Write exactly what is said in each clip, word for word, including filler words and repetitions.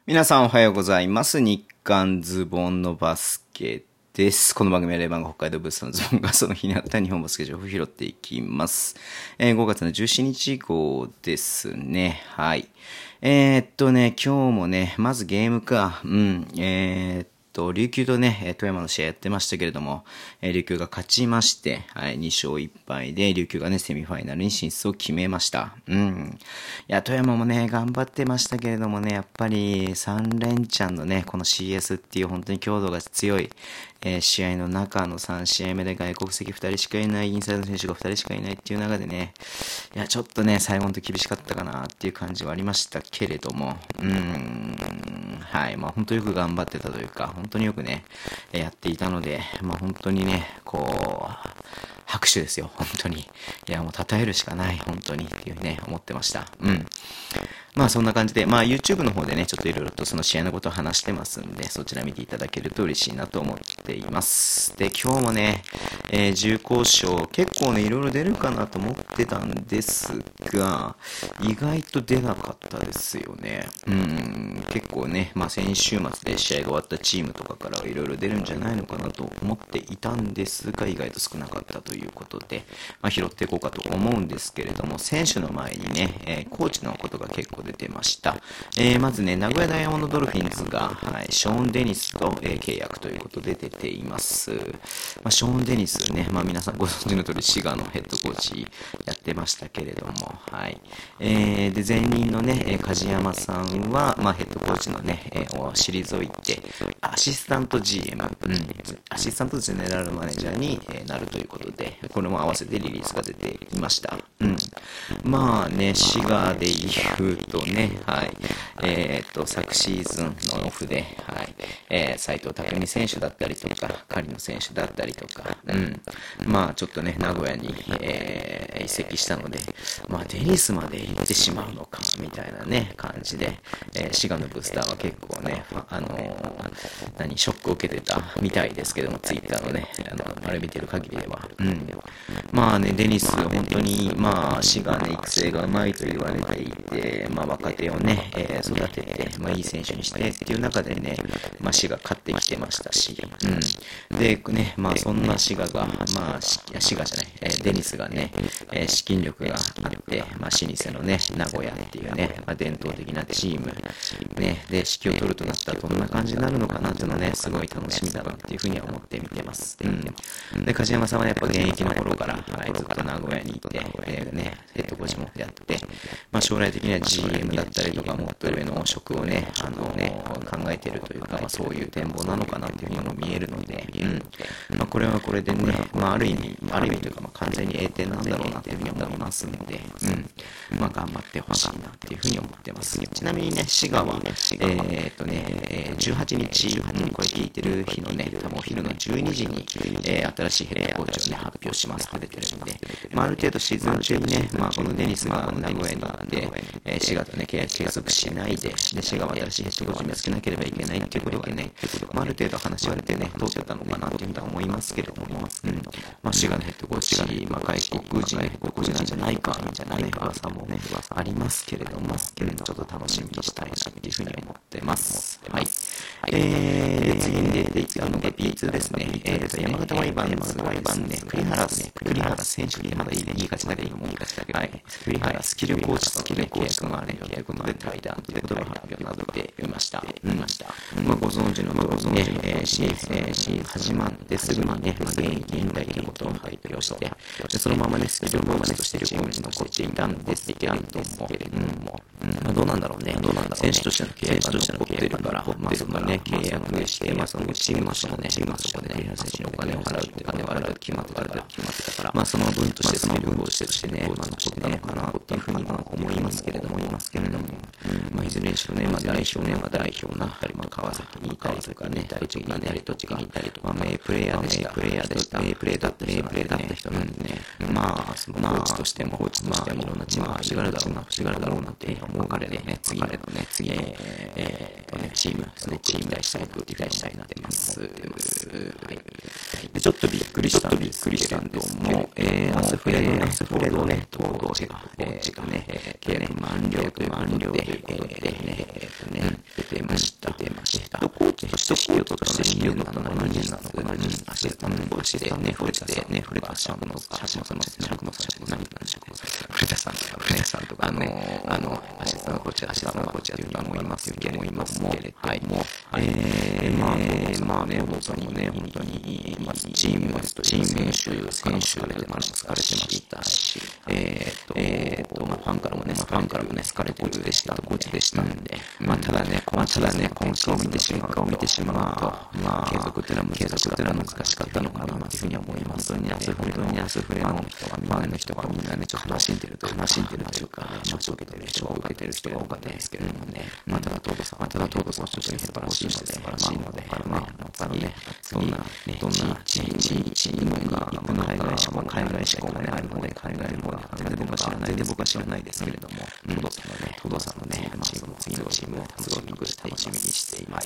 皆さんおはようございます。日刊ズボンのバスケです。この番組はレバンが北海道ブースのズボンがその日にあった日本バスケ情報を拾っていきます。えー、ごがつのじゅうしちにち号ですね。はい。えー、っとね、今日もね、まずゲームか。うん。えー、っと、琉球とね、富山の試合やってましたけれども、えー、琉球が勝ちまして、はい、にしょういっぱいで、琉球がね、セミファイナルに進出を決めました。うん。いや、富山もね、頑張ってましたけれどもね、やっぱりさん連チャンのね、この シーエス っていう本当に強度が強い、えー、試合の中のさん試合目で外国籍ふたりしかいない、インサイドの選手がふたりしかいないっていう中でね、いや、ちょっとね、最後のと厳しかったかなっていう感じはありましたけれども、うーん、はい、まあ本当よく頑張ってたというか、本当によくね、やっていたので、まあ本当にね、こう、拍手ですよ、本当に。いや、もう称えるしかない、本当にっていうね、思ってました。うん。まあそんな感じで、まあ YouTube の方でね、ちょっといろいろとその試合のことを話してますんで、そちら見ていただけると嬉しいなと思っています。で、今日もね、えー、重厚賞、結構ね、いろいろ出るかなと思ってたんですが、意外と出なかったですよね。うん、結構ね、まあ先週末で試合が終わったチームとかからはいろいろ出るんじゃないのかなと思っていたんですが、意外と少なかったということで、まあ拾っていこうかと思うんですけれども、選手の前にね、えー、コーチのことが結構出てました。えー、まずね、名古屋ダイヤモンドドルフィンズが、はい、ショーン・デニスと、えー、契約ということで出ています。まあ、ショーン・デニスね、まあ皆さんご存知の通り、滋賀のヘッドコーチやってましたけれども、はい。えー、で、前任のね、えー、梶山さんは、まあヘッドコーチのね、えー、を退いて、アシスタント ジーエム、うん、アシスタントジェネラルマネージャーに、えー、なるということで、これも合わせてリリースが出ていました。うん。まあね、滋賀で言うとね、はい。えー、っと、昨シーズンのオフで、はい。えー、斉藤匠選手だったりとか、狩野選手だったりとか、うん。まあ、ちょっとね、名古屋に、えー、移籍したので、まあ、デニスまで行ってしまうのか、みたいなね、感じで、えー、滋賀のブースターは結構ね、あのー、何、ショックを受けてたみたいですけども、ツイッターのね、あの、あれ見てる限りでは。うん。まあね、デニスは本当に、まあ、滋賀ね、育成がうまいと言われていて、まあ、若手をね、えー、育てて、まあ、いい選手にしてっていう中でね、まあ、滋賀勝ってきてましたし、うん。で、ね、まあ、そんな滋賀が、まあ、滋賀じゃない、えー、デニスがね、えー、資金力があって、まあ、老舗のね、名古屋っていうね、まあ、伝統的なチーム、ね、で、指揮を取るとなったらどんな感じになるのかなっていうのはね、すごい楽しみだなっていうふうには思って見てます。うん。で、梶山さんはやっぱ現役の頃から、はい、ずっと名古屋にいて、えー、ね、ヘッドコーチもやって、まあ、将来的には ジーエム だったりとか、もっと上の職をね、あのね、考えてるというか、まあ、そういう展望なのかなっていうふうにも見えるので、うん。まあ、これはこれでね、まあ、ある意味、ある意味というか、まあ、完全に栄転なんだろうなっていうふうに思いますので、うん。まあ、頑張ってほしいなっていうふうに思ってます。ちなみにね、滋賀は、えー、っとね、じゅうはちにち、これ聞いてる日のね、多分お昼のじゅうにじに、えー、新しいヘッドコーチをね、発表しますと出てるんで、まあ、ある程度シーズン中にね、まあ、このデニスが名古屋に行って、えー、滋賀とね、契約継続しないで、で、滋賀は新しいヘッドコーチを見つけなければいけないっていうことがね、まあ、ある程度話が出てね、通ってたのかなっていうふうには思いますけれども、うん。まあ、滋賀のヘッドコーチ、まあ、外国人、外国人なんじゃないか、なんじゃないか、噂もね、ありますけれども、ちょっと楽しみにしたいなっていうふうに思ってます。はい。えー、次に出ていくのが ビーツー ですね。えーと、山形ワイバンズはですね、栗原ね、栗原選手にまだ言いがちだけども、はい。栗原スキルコーチと契約があるよということで対談ということが発表などでいました。うん。まあ、ご存知の通りね、えー、シーズン始まってすぐにね、現役引退ということを発表して、でそのままね、スキルコーチとしてチームに残っていたんですけれども、うん。まあ、どうなんだろうね。どうなんだろうね。選手としての契約が残ってるから、まあ、そのね、契約して、まあ、そのチームとしてもね、チームとしてね、栗原選手にお金を払うって、お金を払うって決まってたから、決まってたから、まあ、その分として、その分としてね、まあ、残ってたのかな、っていうふうには思いますけれども、いますけれども、まあ、いずれにしろね、まあ、代表ね、まあ、代表になったり、まあ、川崎にいたりとかね、大地にいたり、どっちにいたりとか、まあ、名プレイヤーでした。プレイヤーでした。名プレイだった名プレイだった人なんでね、まあ、そのコーチとしても、コーチとしても、いろんなチームが欲しがるだろうな、欲しがるだろうなって思う彼のね、次のね、次、えー、とね、チーム、そのチームに対したいな、期待したいなってます。はい。で、ちょっとびっくりしたんですけれども、えー、アスフレのね、アスフレのね、統合が、えー、ね、契約満了という満了で、えー、ね、えー、とね、出てまし指揮を取った指揮を取ったのは人間なのかな、アシスタントコーチでね、古田でね、古田さんの橋本さんの尺のさん、何なんでしょうか。古田さんとか、古田さんとか、あの、あの、アシスタントコーチ、アシスタントコーチやってると思いますけれども、はい。えー、まあ、まあね、本当にね、本当に、チーム、チーム選手、選手からでも疲れてましたし、えーと、えーと、まあ、ファンからもね、ファンからもね、疲れてるでした、コーチでしたんで、まあ、ただね、まあ、ただね、今季を見てしまうと、見てしまうと、まあ、継続っていうのは、継続っていうのは難しかったのかな、というふうに思います。本当に、本当に、アスフレの人が、みんなの人がみんなね、ちょっと悲しんでると、悲しんでるというか、ショックを受けてる人が受けてる人が多かったですけれどもね、まあ、ただ、トードさん、まあ、ただ、トードさんはちょっと素晴らしいので、素晴らしいので、まあ、他のね、どんな、どんなチームが、海外志向、海外志向がね、あるので、海外の方で、全然僕は知らない、全然僕は知らないですけれども、トードさんのね、トードさんのね、チーム、次のチームをすごく楽しみにしています。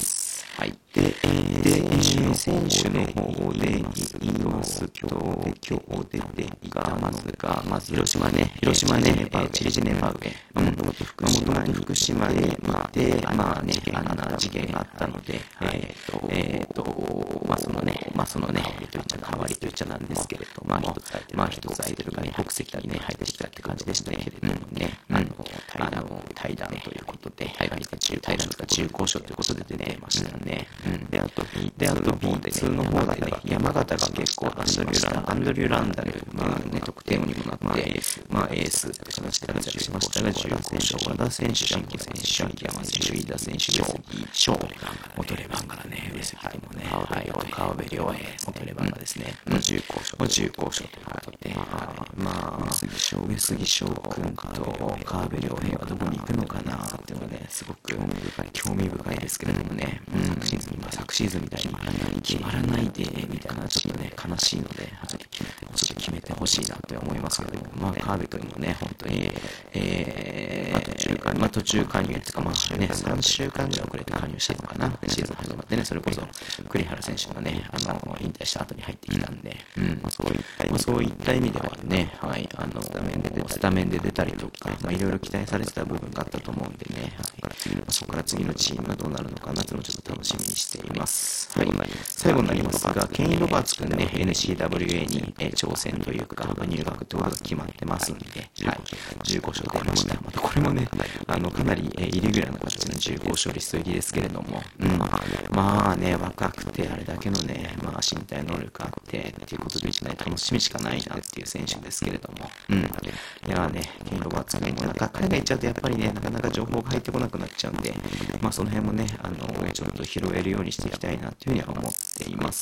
はい。で、で、選手の方で言いますと、今日出ていたまずが、まず広島ね、広島ね、チリジネパウエ、もともと福島に福島で、まあ、で、まあね、あんな事件があったので、えっと、えっと、まあそのね、まあそのね、といっちゃ代わりといっちゃなんですけれども、まあ一つ空いてる、まあ一つ空いてるがね、国籍がね、入ってきたって感じでしたけれどもね、あの、あの、対談ということで、対談が中交渉ということで出てましたね。で、あと、で、あと ビーツー の方でね、山形が結構アンドリューラン、アンドリューランダル、まあね、得点王にもなって、まあエース、まあエースとしましたが、しましたが、じゅうご選手、和田選手、新規選手、新規山選手、飯田選手、翔、元レバンからね、上関もね、はい、川辺良平、元レバンがですね、じゅう交渉、じゅう交渉ということで、まあ、上杉翔君と川辺良平はどこに行くのかなっていうのはね、すごく興味深い、興味深いですけれどもね、昨シーズン、昨シーズンみたいに決まらないで、みたいな、ちょっとね、悲しいので、ちょっと決めてほしい、決めてほしいなって思いますけども、まあ、川辺君もね、本当に、えー、途中加入、まあ途中加入っていうか、まあね、さんしゅうかんぐらい遅れて加入したのかな、シーズン始まってね、それこそ、栗原選手がね、あの、引退した後に入ってきたんで、うん、まあそういった意味ではね、はい、あの、スタメンで出たり、スタメンで出たりとか、まあいろいろ期待されてた部分があったと思うんでね、そこから次の、そこから次のチームがどうなるのかなっていうのをちょっと楽しみにしています。はい、最後になりますが、ケイン・ロバーツ君ね、エヌシーダブリューエー に、えー、挑戦というか、入学ということが決まってますんで、はい、じゅうご勝出ました。またこれもね、あの、かなり、えー、イレギュラーな形のじゅうご勝リスト入りですけれども、うん、まあね、若くて、あれだけのね、まあ身体能力あって、っていうことでね、楽しみしかないなっていう選手ですけれども、うん。いやね、ケイン・ロバーツ君もなんか海外行っちゃうとやっぱりね、なかなか情報が入ってこなくなっちゃうんで、まあその辺もね、あの、ちょっと拾えるようにしていきたいなっていうふうには思っています。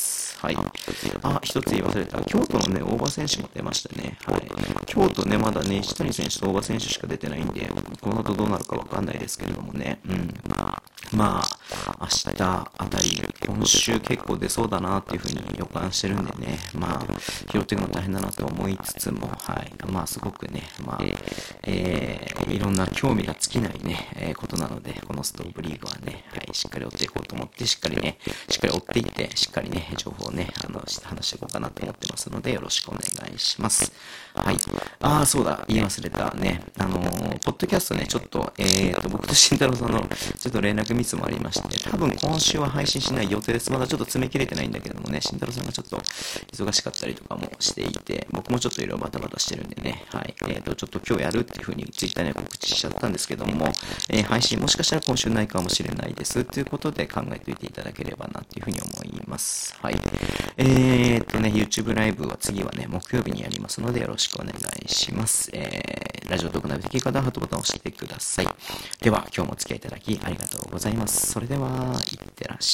はい。あ、一つ言い忘れた。京都のね、大場選手も出ましたね。はい。京都ね、まだね、石谷選手と大場選手しか出てないんで、この後どうなるかわかんないですけれどもね。うん。まあ、まあ、明日あたり、今週結構出そうだなっていうふうに予感してるんでね。まあ、拾っていくの大変だなと思いつつも、はい。まあ、すごくね、まあ、えー、いろんな興味が尽きないね、えー、ことなので、このストーブリーグはね、はい、しっかり追っていこうと思って、しっかりね、しっかり追っていって、しっかりね、情報をね、あの、話していこうかなと思ってますので、よろしくお願いします。はい。ああ、そうだ、言い忘れたね。あのー、ポッドキャストね、ちょっと、えーと、僕と慎太郎さんの、ちょっと連絡ミスもありまして、多分今週は配信しない予定です。まだちょっと詰め切れてないんだけどもね、慎太郎さんがちょっと忙しかったりとかもしていて、僕もちょっといろいろバタバタしてるんでね、はい。えーと、ちょっと今日やるっていう風にツイッターに告知しちゃったんですけども、えー、配信もしかしたら今週ないかもしれないです。ということで考えておいていただければなっていう風に思います。はい。えーとね、YouTube ライブは次はね、木曜日にやりますのでよろしくお願いします。えー、ラジオトークナビ的方はハートボタンを押してください。では、今日もお付き合いいただきありがとうございます。それでは、いってらっしゃい。